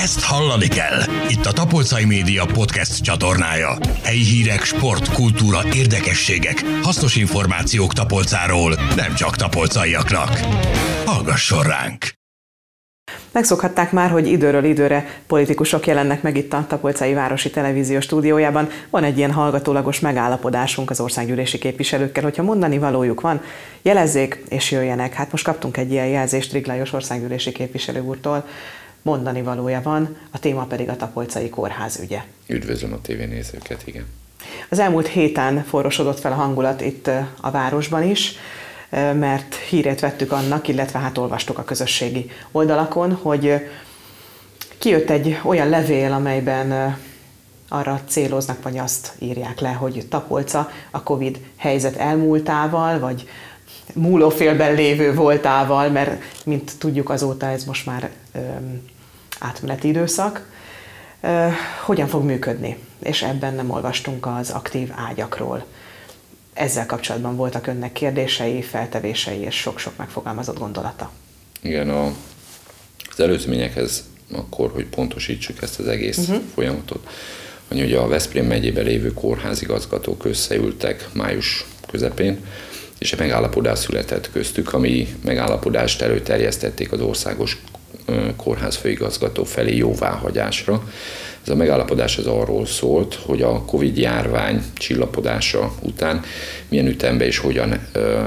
Ezt hallani kell. Itt a Tapolcai Média podcast csatornája. Helyi hírek, sport, kultúra, érdekességek, hasznos információk Tapolcáról, nem csak tapolcaiaknak. Hallgasson ránk! Megszokhatták már, hogy időről időre politikusok jelennek meg itt a Tapolcai Városi Televízió stúdiójában. Van egy ilyen hallgatólagos megállapodásunk az országgyűlési képviselőkkel, hogyha mondani valójuk van, jelezzék és jöjjenek. Hát most kaptunk egy ilyen jelzést Trigg Lajos országgyűlési képviselő úrtól. Mondani valója van, a téma pedig a Tapolcai Kórház ügye. Üdvözlöm a tévénézőket, igen. Az elmúlt héten forrósodott fel a hangulat itt a városban is, mert hírét vettük annak, illetve hát olvastuk a közösségi oldalakon, hogy kijött egy olyan levél, amelyben arra céloznak, vagy azt írják le, hogy Tapolca a Covid helyzet elmúltával, vagy múlófélben lévő voltával, mert mint tudjuk azóta ez most már átmeneti időszak. Hogyan fog működni? És ebben nem olvastunk az aktív ágyakról. Ezzel kapcsolatban voltak önnek kérdései, feltevései és sok-sok megfogalmazott gondolata. Igen, az előzményekhez akkor, hogy pontosítsuk ezt az egész folyamatot, hogy ugye a Veszprém megyében lévő kórházigazgatók összeültek május közepén, és egy megállapodás született köztük, ami megállapodást előterjesztették az országos kórházfőigazgató felé jóváhagyásra. Ez a megállapodás az arról szólt, hogy a Covid-járvány csillapodása után milyen ütemben és hogyan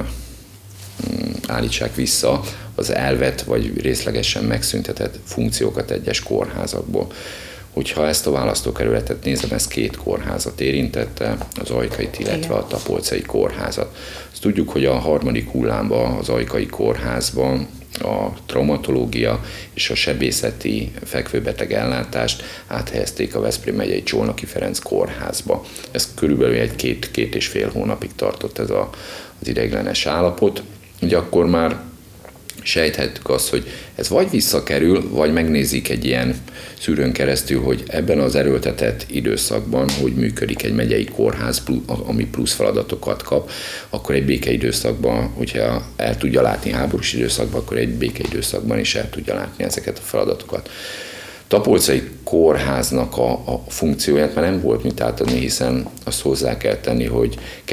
állítsák vissza az elvett vagy részlegesen megszüntetett funkciókat egyes kórházakból. Hogyha ezt a választókerületet nézem, ez két kórházat érintette, az Ajkait, illetve a Tapolcai kórházat. Azt tudjuk, hogy a harmadik hullámban az Ajkai kórházban a traumatológia és a sebészeti fekvőbeteg ellátást áthelyezték a Veszprém megyei Csolnoki Ferenc kórházba. Ez körülbelül két és fél hónapig tartott ez az ideiglenes állapot. Ugye akkor már sejthettük azt, hogy ez vagy visszakerül, vagy megnézik egy ilyen szűrőn keresztül, hogy ebben az erőltetett időszakban, hogy működik egy megyei kórház, ami plusz feladatokat kap, akkor egy békeidőszakban, hogyha el tudja látni háborús időszakban, akkor egy békeidőszakban is el tudja látni ezeket a feladatokat. Tapolcai kórháznak a funkcióját már nem volt mit átadni, hiszen azt hozzá kell tenni, hogy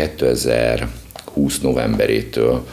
2020 novemberétől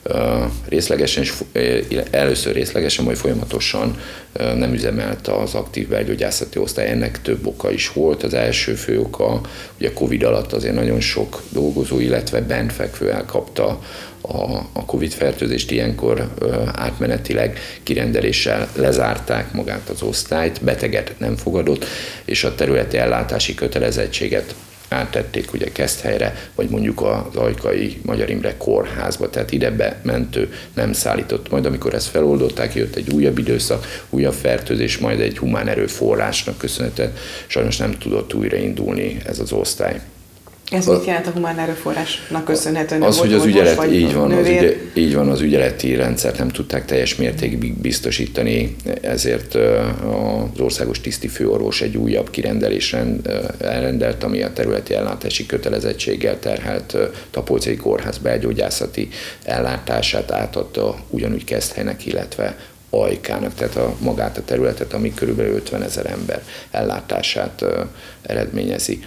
először részlegesen, majd folyamatosan nem üzemelt az aktív belgyógyászati osztály. Ennek több oka is volt. Az első fő oka, ugye a Covid alatt azért nagyon sok dolgozó, illetve bent fekvő elkapta a Covid-fertőzést, ilyenkor átmenetileg kirendeléssel lezárták magát az osztályt, beteget nem fogadott, és a területi ellátási kötelezettséget áttették ugye Keszthelyre, vagy mondjuk az Ajkai Magyar Imre kórházba, tehát ide bementő nem szállított. Majd amikor ezt feloldották, jött egy újabb időszak, újabb fertőzés, majd egy humán erőforrásnak köszönhetően sajnos nem tudott újraindulni ez az osztály. Ez mit jelent a humán erőforrásnak köszönhetően? Az, hogy az ügyelet, így van, az ügyeleti rendszert nem tudták teljes mértékig biztosítani, ezért az országos tisztifőorvos egy újabb kirendelést elrendelt, ami a területi ellátási kötelezettséggel terhelt Tapolcai Kórház belgyógyászati ellátását átadta ugyanúgy Keszthelynek, illetve Ajkának, tehát magát a területet, ami körülbelül 50 000 ember ellátását eredményezi.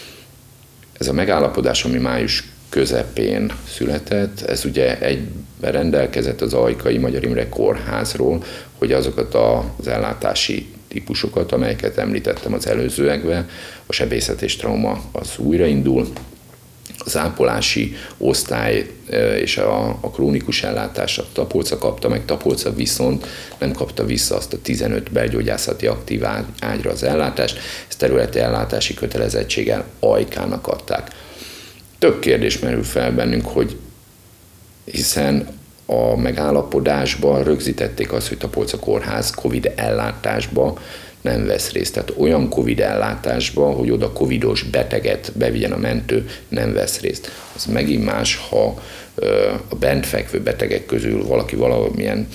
Ez a megállapodás, ami május közepén született, ez ugye egyben rendelkezett az Ajkai Magyar Imre kórházról, hogy azokat az ellátási típusokat, amelyeket említettem az előzőekben, a sebészet és trauma az újraindul, az ápolási osztály és a krónikus ellátás a Tapolca kapta, meg Tapolca viszont nem kapta vissza azt a 15 belgyógyászati aktív ágyra az ellátást, ezt területi ellátási kötelezettséggel Ajkának adták. Több kérdés merül fel bennünk, hogy hiszen a megállapodásban rögzítették azt, hogy Tapolca kórház Covid ellátásba nem vesz részt. Tehát olyan Covid ellátásban, hogy oda covidos beteget bevigyen a mentő, nem vesz részt. Az megint más, ha a bent fekvő betegek közül valaki valamilyen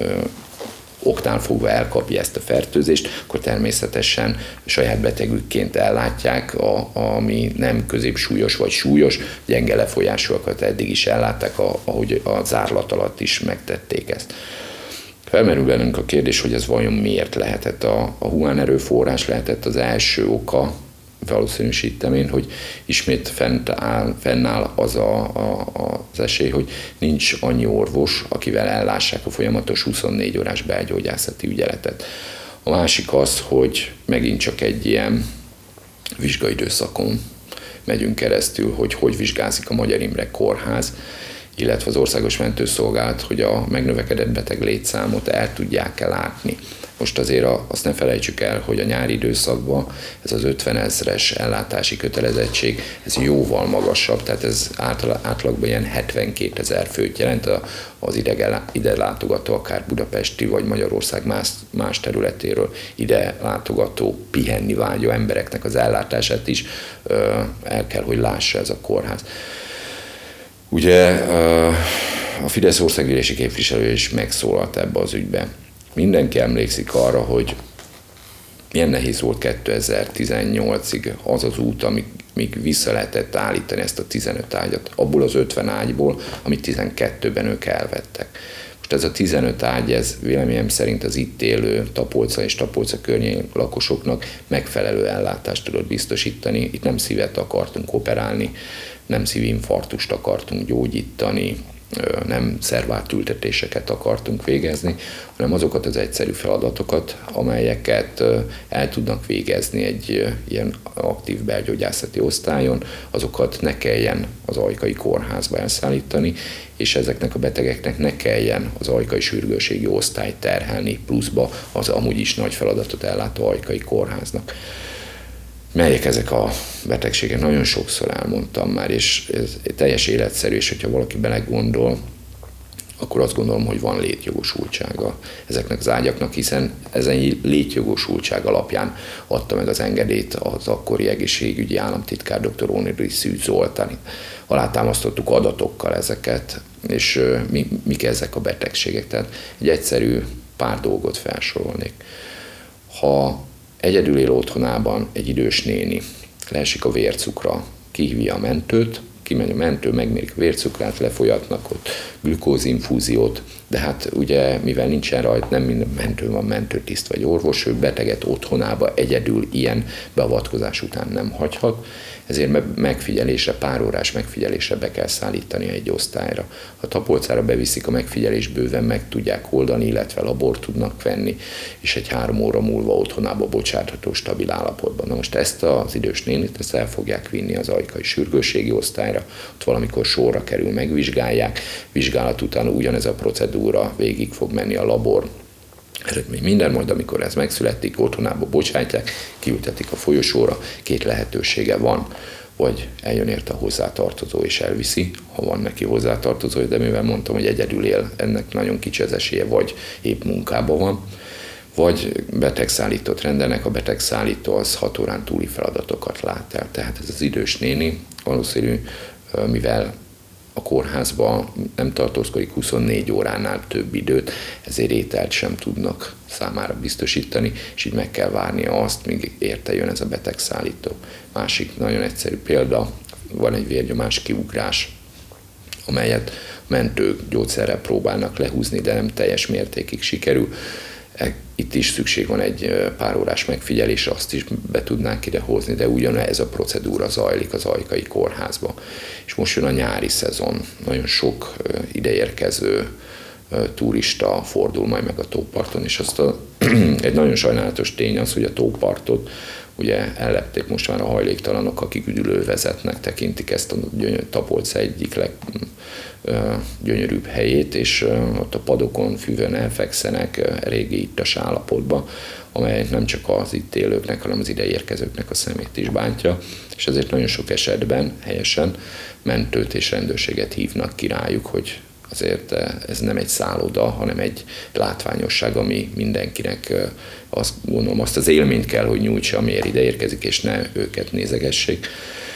oknál fogva elkapja ezt a fertőzést, akkor természetesen saját betegükként ellátják, ami nem középsúlyos vagy súlyos, gyenge lefolyásúakat eddig is ellátták, ahogy a zárlat alatt is megtették ezt. Felmerül bennünk a kérdés, hogy ez vajon miért lehetett. A humán erőforrás lehetett az első oka, valószínűsítem én, hogy ismét fennáll az az esély, hogy nincs annyi orvos, akivel ellássák a folyamatos 24 órás belgyógyászati ügyeletet. A másik az, hogy megint csak egy ilyen vizsgaidőszakon megyünk keresztül, hogy vizsgázik a Magyar Imre Kórház, illetve az Országos Mentőszolgálat, hogy a megnövekedett beteg létszámot el tudják-e látni. Most azért azt ne felejtsük el, hogy a nyári időszakban ez az 50 000-es ellátási kötelezettség, ez jóval magasabb, tehát ez átlagban ilyen 72 000 főt jelent az ide látogató, akár budapesti vagy Magyarország más területéről ide látogató, pihenni vágyó embereknek az ellátását is el kell, hogy lássa ez a kórház. Ugye a Fidesz országgyűlési képviselő is megszólalt ebbe az ügybe. Mindenki emlékszik arra, hogy milyen nehéz volt 2018-ig az az út, amíg vissza lehetett állítani ezt a 15 ágyat, abból az 50 ágyból, amit 12-ben ők elvettek. Most ez a 15 ágy, ez véleményem szerint az itt élő Tapolca és Tapolca környék lakosoknak megfelelő ellátást tudott biztosítani. Itt nem szívet akartunk operálni, nem szívinfarktust akartunk gyógyítani, nem szervátültetéseket akartunk végezni, hanem azokat az egyszerű feladatokat, amelyeket el tudnak végezni egy ilyen aktív belgyógyászati osztályon, azokat ne kelljen az Ajkai Kórházba elszállítani, és ezeknek a betegeknek ne kelljen az Ajkai Sürgősségi Osztályt terhelni pluszba az amúgy is nagy feladatot ellátó Ajkai Kórháznak. Melyek ezek a betegségek? Nagyon sokszor elmondtam már, és ez teljes életszerű, és hogyha valaki belegondol, akkor azt gondolom, hogy van létjogosultsága ezeknek az ágyaknak, hiszen ezen létjogosultság alapján adta meg az engedélyt az akkori egészségügyi államtitkár dr. Ónodi Szűz Zoltán. Alátámasztottuk adatokkal ezeket, és mik ezek a betegségek. Tehát egy egyszerű pár dolgot felsorolnék. Ha egyedül él otthonában egy idős néni, leesik a vércukra, kihívja a mentőt, kimegy a mentő, megmérik a vércukrát, lefolyatnak ott glükózinfúziót, de hát ugye, mivel nincsen rajta, nem minden mentő van, mentőtiszt vagy orvos, ő beteget otthonába egyedül ilyen beavatkozás után nem hagyhat, ezért megfigyelésre, pár órás megfigyelésre be kell szállítani egy osztályra. Ha Tapolcára beviszik a megfigyelés, bőven meg tudják oldani, illetve labort tudnak venni, és egy 3 óra múlva otthonába bocsátható stabil állapotban. Na most ezt az idős nénit, ezt el fogják vinni az Ajkai Sürgősségi Osztályra, ott valamikor sorra kerül, megvizsgálják, vizsgálat után ugyanez a procedúra végig fog menni a labor, eredmény minden, majd amikor ez megszületik, otthonába bocsátják, kiültetik a folyosóra, 2 lehetősége van, vagy eljön érte a hozzátartozó és elviszi, ha van neki hozzátartozó, de mivel mondtam, hogy egyedül él, ennek nagyon kicsi az esélye, vagy épp munkában van, vagy betegszállítót rendelnek, a betegszállító az 6 órán túli feladatokat lát el. Tehát ez az idős néni valószínű, mivel a kórházban nem tartózkodik 24 óránál több időt, ezért ételt sem tudnak számára biztosítani, és így meg kell várnia azt, míg érte jön ez a betegszállító. Másik nagyon egyszerű példa, van egy vérnyomás kiugrás, amelyet mentők gyógyszerrel próbálnak lehúzni, de nem teljes mértékig sikerül. Itt is szükség van egy pár órás megfigyelésre, azt is be tudnánk idehozni, de ugyanez a procedúra zajlik az Ajkai Kórházban. És most jön a nyári szezon, nagyon sok ideérkező turista fordul majd meg a tóparton, és egy nagyon sajnálatos tény az, hogy a tópartot ugye ellepték most már a hajléktalanok, akik üdülővezetnek tekintik ezt a Tapolca egyik leggyönyörűbb helyét, és ott a padokon, füvön elfekszenek régi ittas állapotban, amely nem csak az itt élőknek, hanem az ideérkezőknek a szemét is bántja, és ezért nagyon sok esetben helyesen mentőt és rendőrséget hívnak ki rájuk, hogy azért ez nem egy szálloda, hanem egy látványosság, ami mindenkinek azt gondolom, azt az élményt kell, hogy nyújtsa, amiért ide érkezik, és ne őket nézegessék.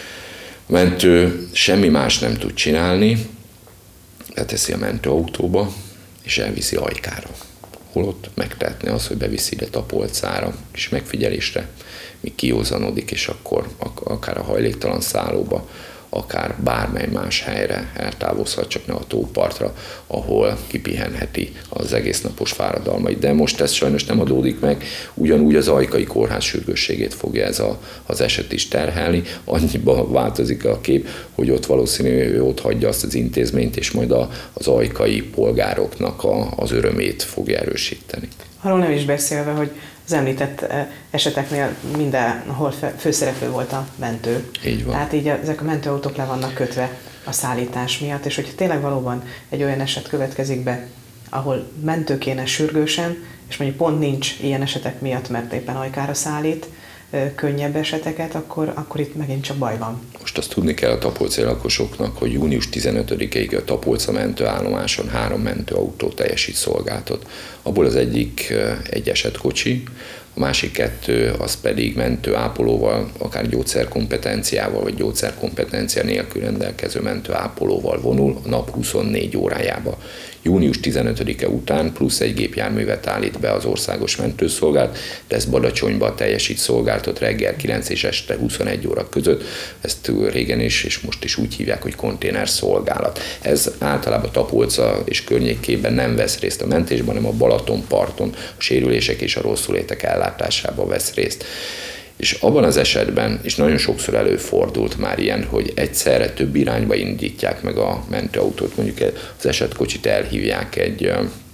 A mentő semmi más nem tud csinálni, leteszi a mentőautóba, és elviszi Ajkára. Holott megtehetne az, hogy beviszi ide Tapolcára, és megfigyelésre, míg kiózanodik, és akkor akár a hajléktalan szállóba, akár bármely más helyre eltávozhat, csak ne a tópartra, ahol kipihenheti az egész napos fáradalmait. De most ez sajnos nem adódik meg, ugyanúgy az Ajkai Kórház sürgősségét fogja ez az eset is terhelni. Annyiban változik a kép, hogy ott valószínűleg ő ott hagyja azt az intézményt, és majd az ajkai polgároknak az örömét fogja erősíteni. Arról nem is beszélve, hogy az említett eseteknél mindenhol főszereplő volt a mentő. Így van. Tehát így ezek a mentőautók le vannak kötve a szállítás miatt, és hogyha tényleg valóban egy olyan eset következik be, ahol mentő kéne sürgősen, és mondjuk pont nincs ilyen esetek miatt, mert éppen Ajkára szállít könnyebb eseteket, akkor itt megint csak baj van. Most azt tudni kell a tapolcai lakosoknak, hogy június 15-ig a Tapolca mentőállomáson 3 mentőautó teljesít szolgáltat. Abból az egyik egy esetkocsi, a másik 2 az pedig mentőápolóval, akár gyógyszerkompetenciával vagy gyógyszerkompetencia nélkül rendelkező mentőápolóval vonul a nap 24 órájába. Június 15-e után plusz egy gépjárművet állít be az országos mentőszolgálat, de ez Badacsonyba teljesít szolgáltat reggel 9 és este 21 óra között. Ezt régen is és most is úgy hívják, hogy konténer szolgálat. Ez általában Tapolca és környékében nem vesz részt a mentésben, hanem a Balatonparton a sérülések és a rosszulétek ellátásában vesz részt. És abban az esetben, és nagyon sokszor előfordult már ilyen, hogy egyszerre több irányba indítják meg a mentőautót, mondjuk az esetkocsit elhívják egy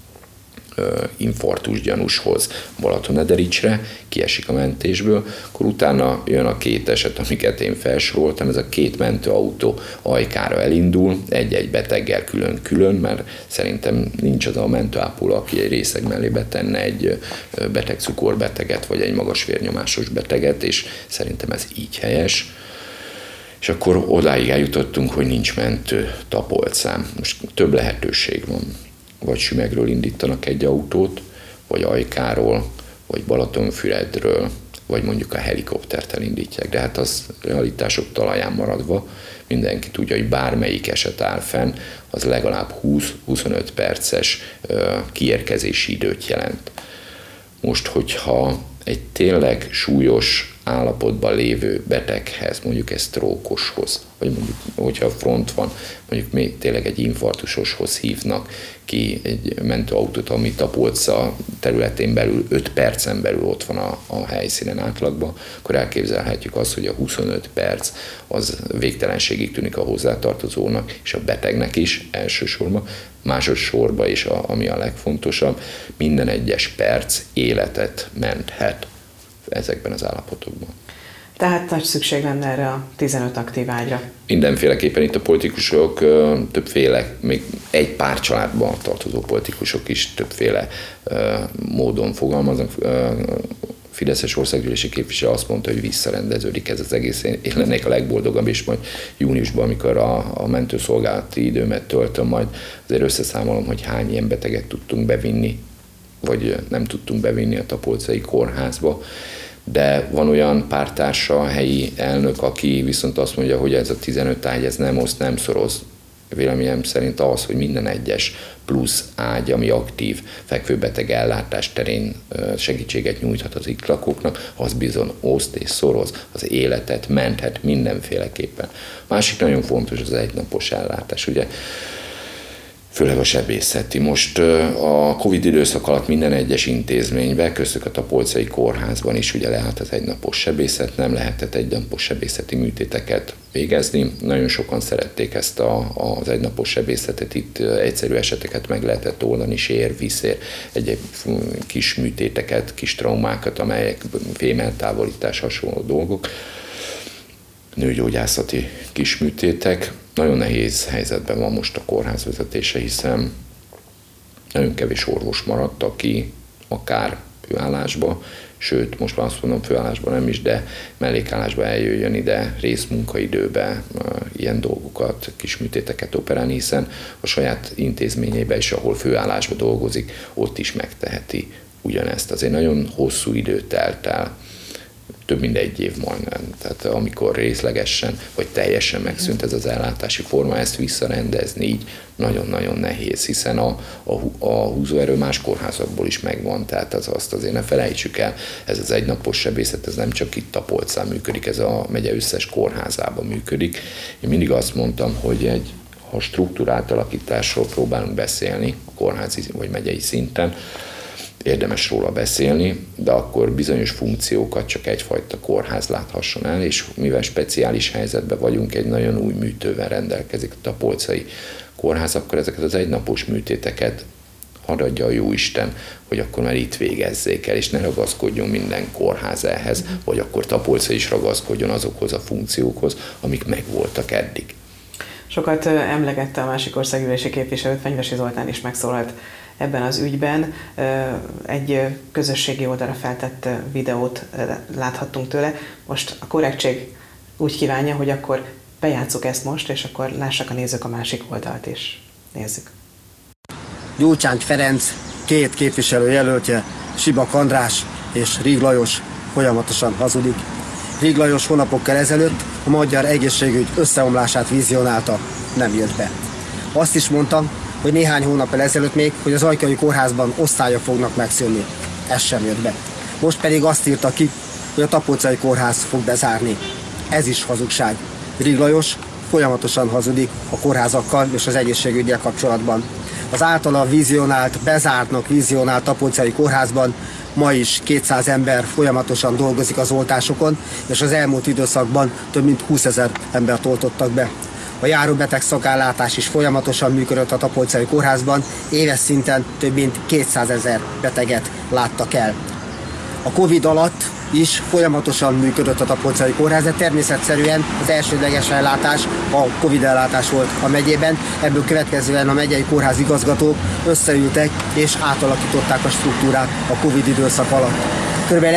infarktus gyanúshoz Balatonedericsre, kiesik a mentésből, akkor utána jön a 2 eset, amiket én felsoroltam, ez a 2 mentőautó Ajkára elindul, egy-egy beteggel külön-külön, mert szerintem nincs az a mentőápoló, aki egy részeg mellé betenne egy beteg cukorbeteget, vagy egy magas vérnyomásos beteget, és szerintem ez így helyes. És akkor odáig eljutottunk, hogy nincs mentő Tapolcán. Most több lehetőség van. Vagy Sümegről indítanak egy autót, vagy Ajkáról, vagy Balatonfüredről, vagy mondjuk a helikoptert elindítják. De hát az realitások talaján maradva mindenki tudja, hogy bármelyik eset áll fenn, az legalább 20-25 perces kiérkezési időt jelent. Most, hogyha egy tényleg súlyos állapotban lévő beteghez, mondjuk egy sztrókoshoz, vagy mondjuk, hogyha front van, mondjuk még tényleg egy infarktusoshoz hívnak ki egy mentőautót, ami Tapolca területén belül 5 percen belül ott van a helyszínen átlagban, akkor elképzelhetjük azt, hogy a 25 perc az végtelenségig tűnik a hozzátartozónak, és a betegnek is elsősorban, másodszorban is, ami a legfontosabb, minden egyes perc életet menthet ezekben az állapotokban. Tehát nagy szükség lenne erre a 15 aktív ágyra. Mindenféleképpen itt a politikusok többféle, még egy pár családban tartozó politikusok is többféle módon fogalmaznak. Fideszes országgyűlési képviselő azt mondta, hogy visszarendeződik ez az egész. Én lennék a legboldogabb, és majd júniusban, amikor a mentőszolgálati időmet töltöm, majd azért összeszámolom, hogy hány ilyen beteget tudtunk bevinni, vagy nem tudtunk bevinni a Tapolcai kórházba. De van olyan pártársa, helyi elnök, aki viszont azt mondja, hogy ez a 15 ágy, ez nem oszt, nem szoroz. Véleményem szerint az, hogy minden egyes plusz ágy, ami aktív fekvőbeteg ellátás terén segítséget nyújthat az itt lakóknak, az bizony oszt és szoroz, az életet menthet mindenféleképpen. Másik nagyon fontos az egynapos ellátás, ugye, főleg a sebészeti. Most a Covid időszak alatt minden egyes intézményben, köztük a Tapolcai kórházban is ugye leállt az egynapos sebészet, nem lehetett egynapos sebészeti műtéteket végezni. Nagyon sokan szerették ezt az egynapos sebészetet, itt egyszerű eseteket meg lehetett oldani, sér, viszér, egyéb kis műtéteket, kis traumákat, amelyek fémeltávolítás, hasonló dolgok, nőgyógyászati kisműtétek. Nagyon nehéz helyzetben van most a kórház vezetése, hiszen nagyon kevés orvos maradt, aki akár főállásba, sőt, most már azt mondom, főállásban nem is, de mellékállásba eljöjjön ide részmunkaidőbe ilyen dolgokat, kisműtéteket operálni, hiszen a saját intézményében is, ahol főállásba dolgozik, ott is megteheti ugyanezt. Azért nagyon hosszú idő telt el, több mint 1 év majdnem. Tehát amikor részlegesen vagy teljesen megszűnt ez az ellátási forma, ezt visszarendezni így nagyon-nagyon nehéz, hiszen a húzóerő más kórházakból is megvan, tehát azt azért ne felejtsük el, ez az egynapos sebészet, ez nem csak itt Tapolcán működik, ez a megye összes kórházában működik. Én mindig azt mondtam, hogy ha struktúrált alakításról próbálunk beszélni, a kórházi vagy megyei szinten, érdemes róla beszélni, de akkor bizonyos funkciókat csak egyfajta kórház láthasson el, és mivel speciális helyzetben vagyunk, egy nagyon új műtővel rendelkezik a tapolcai kórház, akkor ezeket az egynapos műtéteket hadd adja a jóisten, hogy akkor már itt végezzék el, és ne ragaszkodjon minden kórház ehhez, vagy akkor Tapolca is ragaszkodjon azokhoz a funkciókhoz, amik megvoltak eddig. Sokat emlegette a másik országgyűlési képviselő, Fenyvesi Zoltán is megszólalt ebben az ügyben. Egy közösségi oldalra feltett videót láthattunk tőle. Most a korrektség úgy kívánja, hogy akkor bejátsszuk ezt most, és akkor lássak a nézők a másik oldalt is. Nézzük. Gyurcsány Ferenc 2 képviselőjelöltje, Sibak András és Rég Lajos folyamatosan hazudik. Rég Lajos hónapokkal ezelőtt a magyar egészségügy összeomlását vizionálta, nem jött be. Azt is mondta, hogy néhány hónappal ezelőtt még, hogy az Ajkai Kórházban osztályok fognak megszűnni. Ez sem jött be. Most pedig azt írta ki, hogy a Tapolcai Kórház fog bezárni. Ez is hazugság. Rég Lajos folyamatosan hazudik a kórházakkal és az egészségüggyel kapcsolatban. Az általa bezártnak vizionált Tapolcai Kórházban ma is 200 ember folyamatosan dolgozik az oltásokon, és az elmúlt időszakban több mint 20 000 embert oltottak be. A járóbeteg szakállátás is folyamatosan működött a Tapolcai Kórházban, éves szinten több mint 200 000 beteget láttak el. A Covid alatt is folyamatosan működött a Tapolcai Kórház, de természetszerűen az elsődleges ellátás a Covid ellátás volt a megyében. Ebből következően a megyei kórház igazgatók összeültek és átalakították a struktúrát a Covid időszak alatt. Körülbelül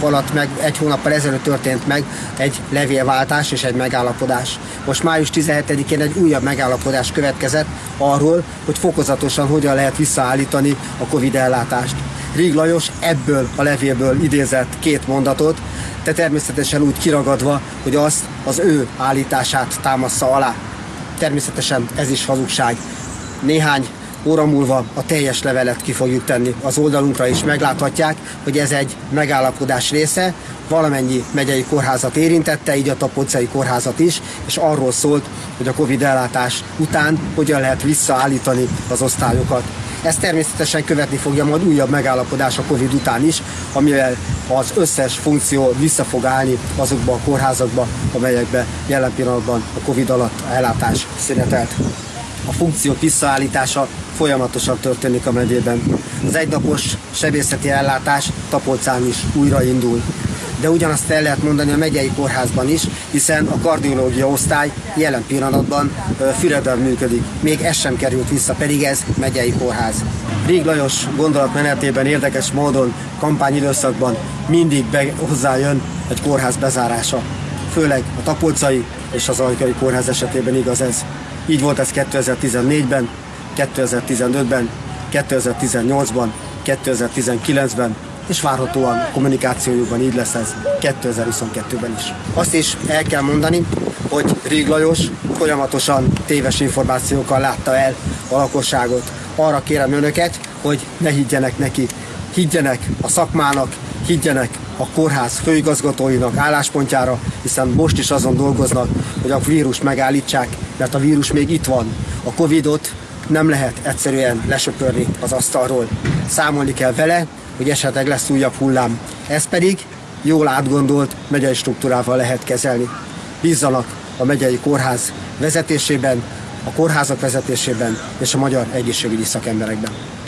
egy hónappal ezelőtt történt meg egy levélváltás és egy megállapodás. Most május 17-én egy újabb megállapodás következett arról, hogy fokozatosan hogyan lehet visszaállítani a Covid ellátást. Rég Lajos ebből a levélből idézett 2 mondatot, de természetesen úgy kiragadva, hogy azt az ő állítását támassza alá. Természetesen ez is hazugság. Néhány óra múlva a teljes levelet ki fogjuk tenni az oldalunkra, is megláthatják, hogy ez egy megállapodás része, valamennyi megyei kórházat érintette, így a Tapolcai Kórházat is, és arról szólt, hogy a Covid ellátás után hogyan lehet visszaállítani az osztályokat. Ez természetesen követni fogja majd újabb megállapodás a Covid után is, amivel az összes funkció vissza fog állni azokba a kórházakba, amelyekben jelen pillanatban a Covid alatt ellátás szünetelt. A funkciók visszaállítása folyamatosan történik a megyében. Az egynapos sebészeti ellátás Tapolcán is újraindul. De ugyanazt el lehet mondani a megyei kórházban is, hiszen a kardiológia osztály jelen pillanatban Füreden működik. Még ez sem került vissza, pedig ez megyei kórház. Rég Lajos gondolatmenetében érdekes módon kampányidőszakban mindig hozzájön egy kórház bezárása. Főleg a Tapolcai és az Ajkai Kórház esetében igaz ez. Így volt ez 2014-ben, 2015-ben, 2018-ban, 2019-ben, és várhatóan kommunikációjukban így lesz ez 2022-ben is. Azt is el kell mondani, hogy Rég Lajos folyamatosan téves információkkal látta el a lakosságot. Arra kérem önöket, hogy ne higgyenek neki, higgyenek a szakmának, higgyenek a kórház főigazgatóinak álláspontjára, hiszen most is azon dolgoznak, hogy a vírust megállítsák, mert a vírus még itt van. A Covidot nem lehet egyszerűen lesöpörni az asztalról. Számolni kell vele, hogy esetleg lesz újabb hullám. Ez pedig jól átgondolt megyei struktúrával lehet kezelni. Bízzanak a megyei kórház vezetésében, a kórházak vezetésében és a magyar egészségügyi szakemberekben.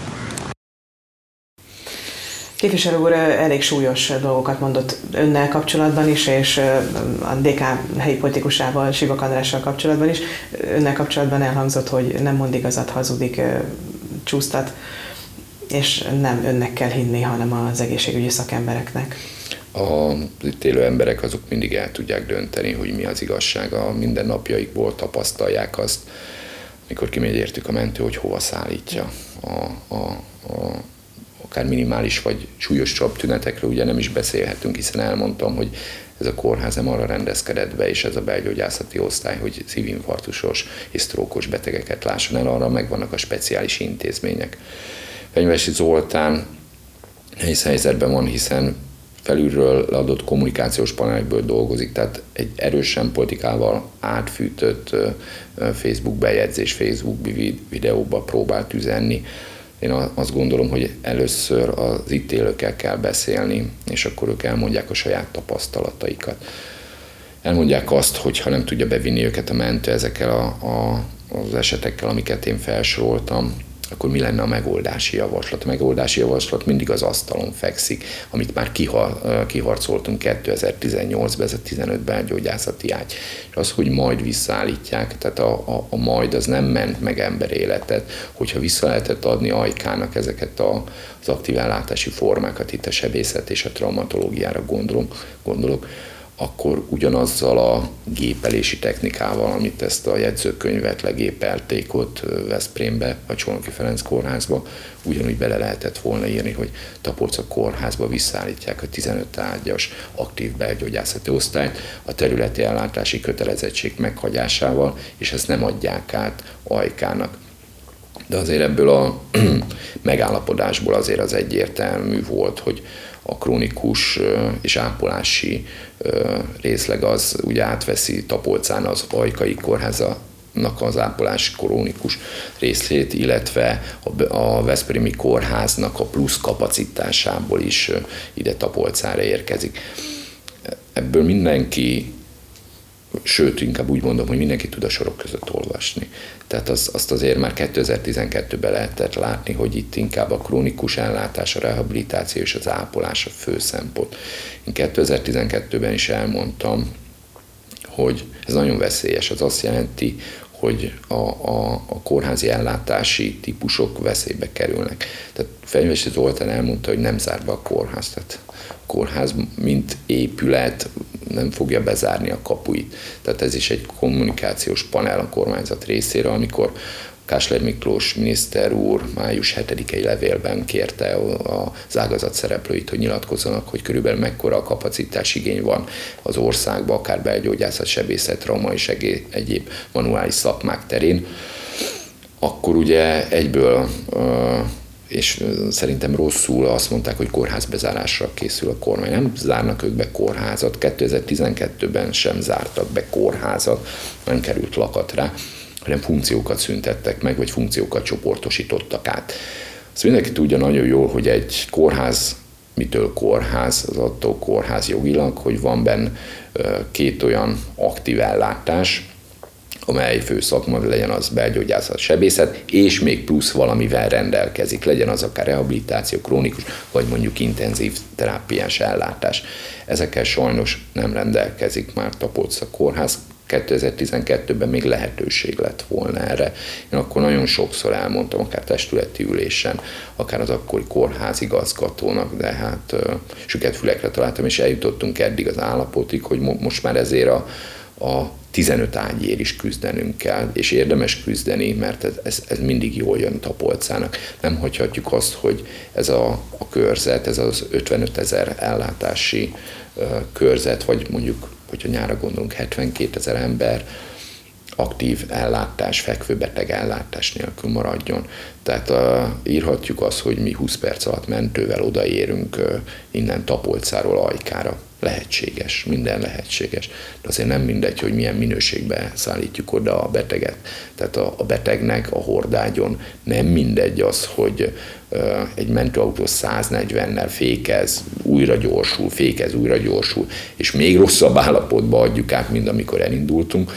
Képviselő úr elég súlyos dolgokat mondott önnel kapcsolatban is, és a DK helyi politikusával, Sibak Andrással kapcsolatban is. Önnel kapcsolatban elhangzott, hogy nem mond igazat, hazudik, csúsztat, és nem önnek kell hinni, hanem az egészségügyi szakembereknek. Az itt élő emberek azok mindig el tudják dönteni, hogy mi az igazság. A mindennapjaikból tapasztalják azt, amikor kimegy értük a mentő, hogy hova szállítja akár minimális vagy súlyosabb tünetekről ugye nem is beszélhetünk, hiszen elmondtam, hogy ez a kórház nem arra rendezkedett be, és ez a belgyógyászati osztály, hogy szívinfarktusos és sztrókos betegeket lásson el, arra megvannak a speciális intézmények. Fenyvesi Zoltán nehéz helyzetben van, hiszen felülről leadott kommunikációs panelekből dolgozik, tehát egy erősen politikával átfűtött Facebook bejegyzés, Facebook videóba próbált üzenni. Én azt gondolom, hogy először az itt élőkkel kell beszélni, és akkor ők elmondják a saját tapasztalataikat. Elmondják azt, hogy ha nem tudja bevinni őket a mentő ezekkel az esetekkel, amiket én felsoroltam, akkor mi lenne a megoldási javaslat? A megoldási javaslat mindig az asztalon fekszik, amit már kiharcoltunk 2018-ben, ez a 15 belgyógyászati ágy. És az, hogy majd visszaállítják, tehát a majd az nem ment meg emberéletet, hogyha vissza lehetett adni Ajkának ezeket az aktív ellátási formákat, itt a sebészet és a traumatológiára gondolok, akkor ugyanazzal a gépelési technikával, amit ezt a jegyzőkönyvet legépelték ott Veszprémbe, a Csolnoki Ferenc kórházba, ugyanúgy bele lehetett volna írni, hogy Tapolca kórházba visszaállítják a 15 ágyas aktív belgyógyászati osztályt a területi ellátási kötelezettség meghagyásával, és ezt nem adják át Ajkának. De azért ebből a megállapodásból azért az egyértelmű volt, hogy a krónikus és ápolási részleg az ugye átveszi Tapolcán az Ajkai kórháznak az ápolás krónikus részét, illetve a Veszprémi kórháznak a plusz kapacitásából is ide Tapolcára érkezik. Ebből mindenki, sőt, inkább úgy mondom, hogy mindenki tud a sorok között olvasni. Tehát azt azért már 2012-ben lehetett látni, hogy itt inkább a krónikus ellátás, a rehabilitáció és az ápolás a fő szempont. Én 2012-ben is elmondtam, hogy ez nagyon veszélyes. Az azt jelenti, hogy a kórházi ellátási típusok veszélybe kerülnek. Tehát Fenyvesi Zoltán elmondta, hogy nem zár be a kórház. Tehát a kórház, mint épület, nem fogja bezárni a kapuit. Tehát ez is egy kommunikációs panel a kormányzat részéről, amikor Kásler Miklós miniszter úr május 7-i levélben kérte az ágazat szereplőit, hogy nyilatkozzanak, hogy körülbelül mekkora a kapacitásigény van az országban, akár belgyógyászat, sebészet, trauma és egyéb manuális szakmák terén. Akkor ugye egyből, és szerintem rosszul azt mondták, hogy kórházbezárásra készül a kormány. Nem zárnak ők be kórházat, 2012-ben sem zártak be kórházat, nem került lakat rá, hanem funkciókat szüntettek meg, vagy funkciókat csoportosítottak át. Azt mindenki tudja nagyon jól, hogy egy kórház, mitől kórház, az attól kórház jogilag, hogy van benne két olyan aktív ellátás, amely fő szakma, legyen az belgyógyászat, sebészet, és még plusz valamivel rendelkezik, legyen az akár rehabilitáció, krónikus, vagy mondjuk intenzív terápiás ellátás. Ezekkel sajnos nem rendelkezik már Tapolca kórház. 2012-ben még lehetőség lett volna erre. Én akkor nagyon sokszor elmondtam, akár testületi ülésen, akár az akkori kórházigazgatónak, de hát süket fülekre találtam, és eljutottunk eddig az állapotig, hogy most már ezért a 15 ágyért is küzdenünk kell, és érdemes küzdeni, mert ez mindig jól jön Tapolcának. Nem hagyhatjuk azt, hogy ez a körzet, ez az 55 000 ellátási körzet, vagy mondjuk, hogyha nyára gondolunk, 72 000 ember aktív ellátás, fekvőbeteg ellátás nélkül maradjon. Tehát írhatjuk azt, hogy mi 20 perc alatt mentővel odaérünk innen Tapolcáról Ajkára. Lehetséges, minden lehetséges. De azért nem mindegy, hogy milyen minőségben szállítjuk oda a beteget. Tehát a betegnek a hordágyon nem mindegy az, hogy egy mentőautó 140-nel fékez, újra gyorsul, és még rosszabb állapotba adjuk át, mint amikor elindultunk.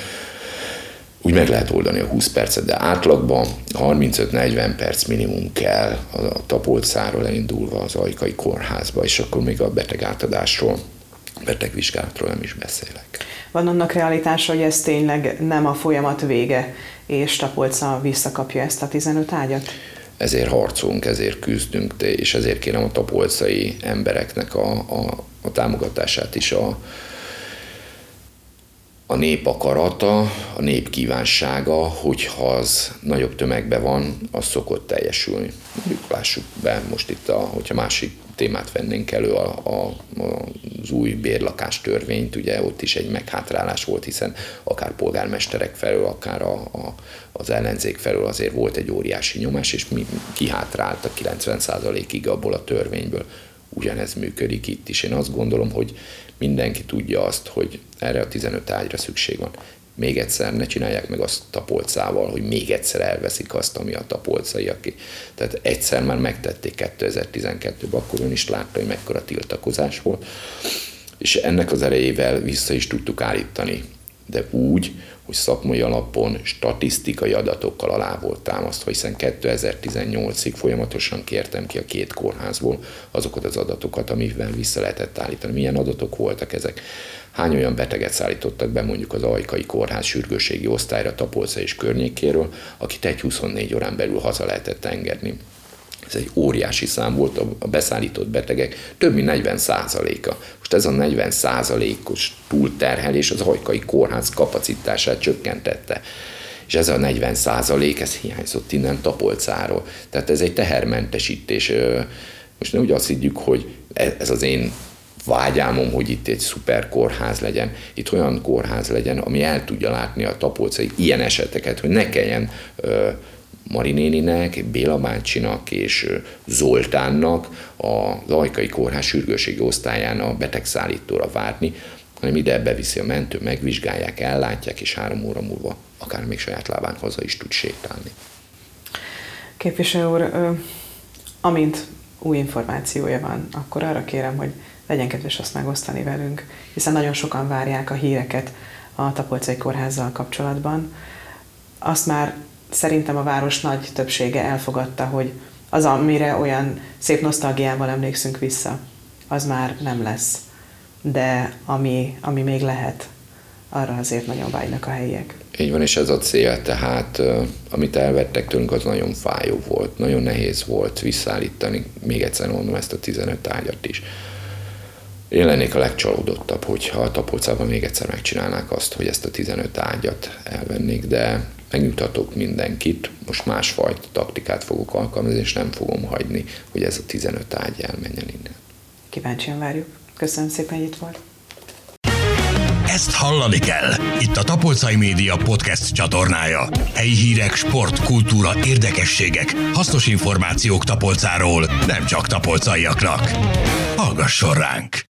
Úgy meg lehet oldani a 20 percet, de átlagban 35-40 perc minimum kell a Tapolcáról elindulva az Ajkai kórházba, és akkor még a betegátadásról, betegvizsgálatról nem is beszélek. Van annak realitása, hogy ez tényleg nem a folyamat vége, és Tapolca visszakapja ezt a 15 ágyat? Ezért harcolunk, ezért küzdünk, és ezért kérem a tapolcai embereknek a támogatását is A nép akarata, a nép kívánsága, hogyha az nagyobb tömegben van, az szokott teljesülni. Lássuk be most itt, hogyha másik témát vennénk elő, az új bérlakástörvényt, ugye ott is egy meghátrálás volt, hiszen akár polgármesterek felől, akár az ellenzék felől azért volt egy óriási nyomás, és mi kihátráltak 90%-ig abból a törvényből. Ugyanez működik itt is. Én azt gondolom, hogy mindenki tudja azt, hogy erre a 15 ágyra szükség van. Még egyszer ne csinálják meg azt Tapolcával, hogy még egyszer elveszik azt, ami a tapolcaiaké. Tehát egyszer már megtették 2012-ben, akkor ön is látta, hogy mekkora tiltakozás volt, és ennek az erejével vissza is tudtuk állítani. De úgy, hogy szakmai alapon, statisztikai adatokkal alá volt támasztva, hiszen 2018-ig folyamatosan kértem ki a 2 kórházból azokat az adatokat, amivel vissza lehetett állítani. Milyen adatok voltak ezek? Hány olyan beteget szállítottak be mondjuk az Ajkai Kórház sürgősségi osztályra Tapolca és környékéről, akit egy 24 órán belül haza lehetett engedni. Ez egy óriási szám volt, a beszállított betegek több mint 40%-a. Most ez a 40%-os túlterhelés az Ajkai Kórház kapacitását csökkentette. És ez a 40%, ez hiányzott innen Tapolcáról. Tehát ez egy tehermentesítés. Most nem úgy azt higgyük, hogy ez az én vágyálmom, hogy itt egy szuper kórház legyen, itt olyan kórház legyen, ami el tudja látni a tapolcai ilyen eseteket, hogy ne kelljen Mari néninek, Béla bácsinak és Zoltánnak az Ajkai Kórház sürgősségi osztályán a betegszállítóra várni, hanem ide beviszi a mentő, megvizsgálják, ellátják, és 3 óra múlva akár még saját lábán haza is tud sétálni. Képviselő úr, amint új információja van, akkor arra kérem, hogy legyen kedves azt megosztani velünk, hiszen nagyon sokan várják a híreket a Tapolcai Kórházzal kapcsolatban. Azt már szerintem a város nagy többsége elfogadta, hogy az, amire olyan szép nosztalgiával emlékszünk vissza, az már nem lesz. De ami még lehet, arra azért nagyon vágynak a helyiek. Így van, és ez a cél, tehát amit elvettek tőlünk, az nagyon fájó volt, nagyon nehéz volt visszaállítani, még egyszer mondom, ezt a 15 ágyat is. Én lennék a legcsalódottabb, hogyha a Tapolcában még egyszer megcsinálnák azt, hogy ezt a 15 ágyat elvennék, de megnyugtatok mindenkit, most másfajta taktikát fogok alkalmazni, és nem fogom hagyni, hogy ez a 15 ágy elmenjen innen. Kíváncsian várjuk. Köszönöm szépen, hogy itt volt. Ezt hallani kell. Itt a Tapolcai Média podcast csatornája. Helyi hírek, sport, kultúra, érdekességek, hasznos információk Tapolcáról, nem csak tapolcaiaknak. Hallgasson ránk!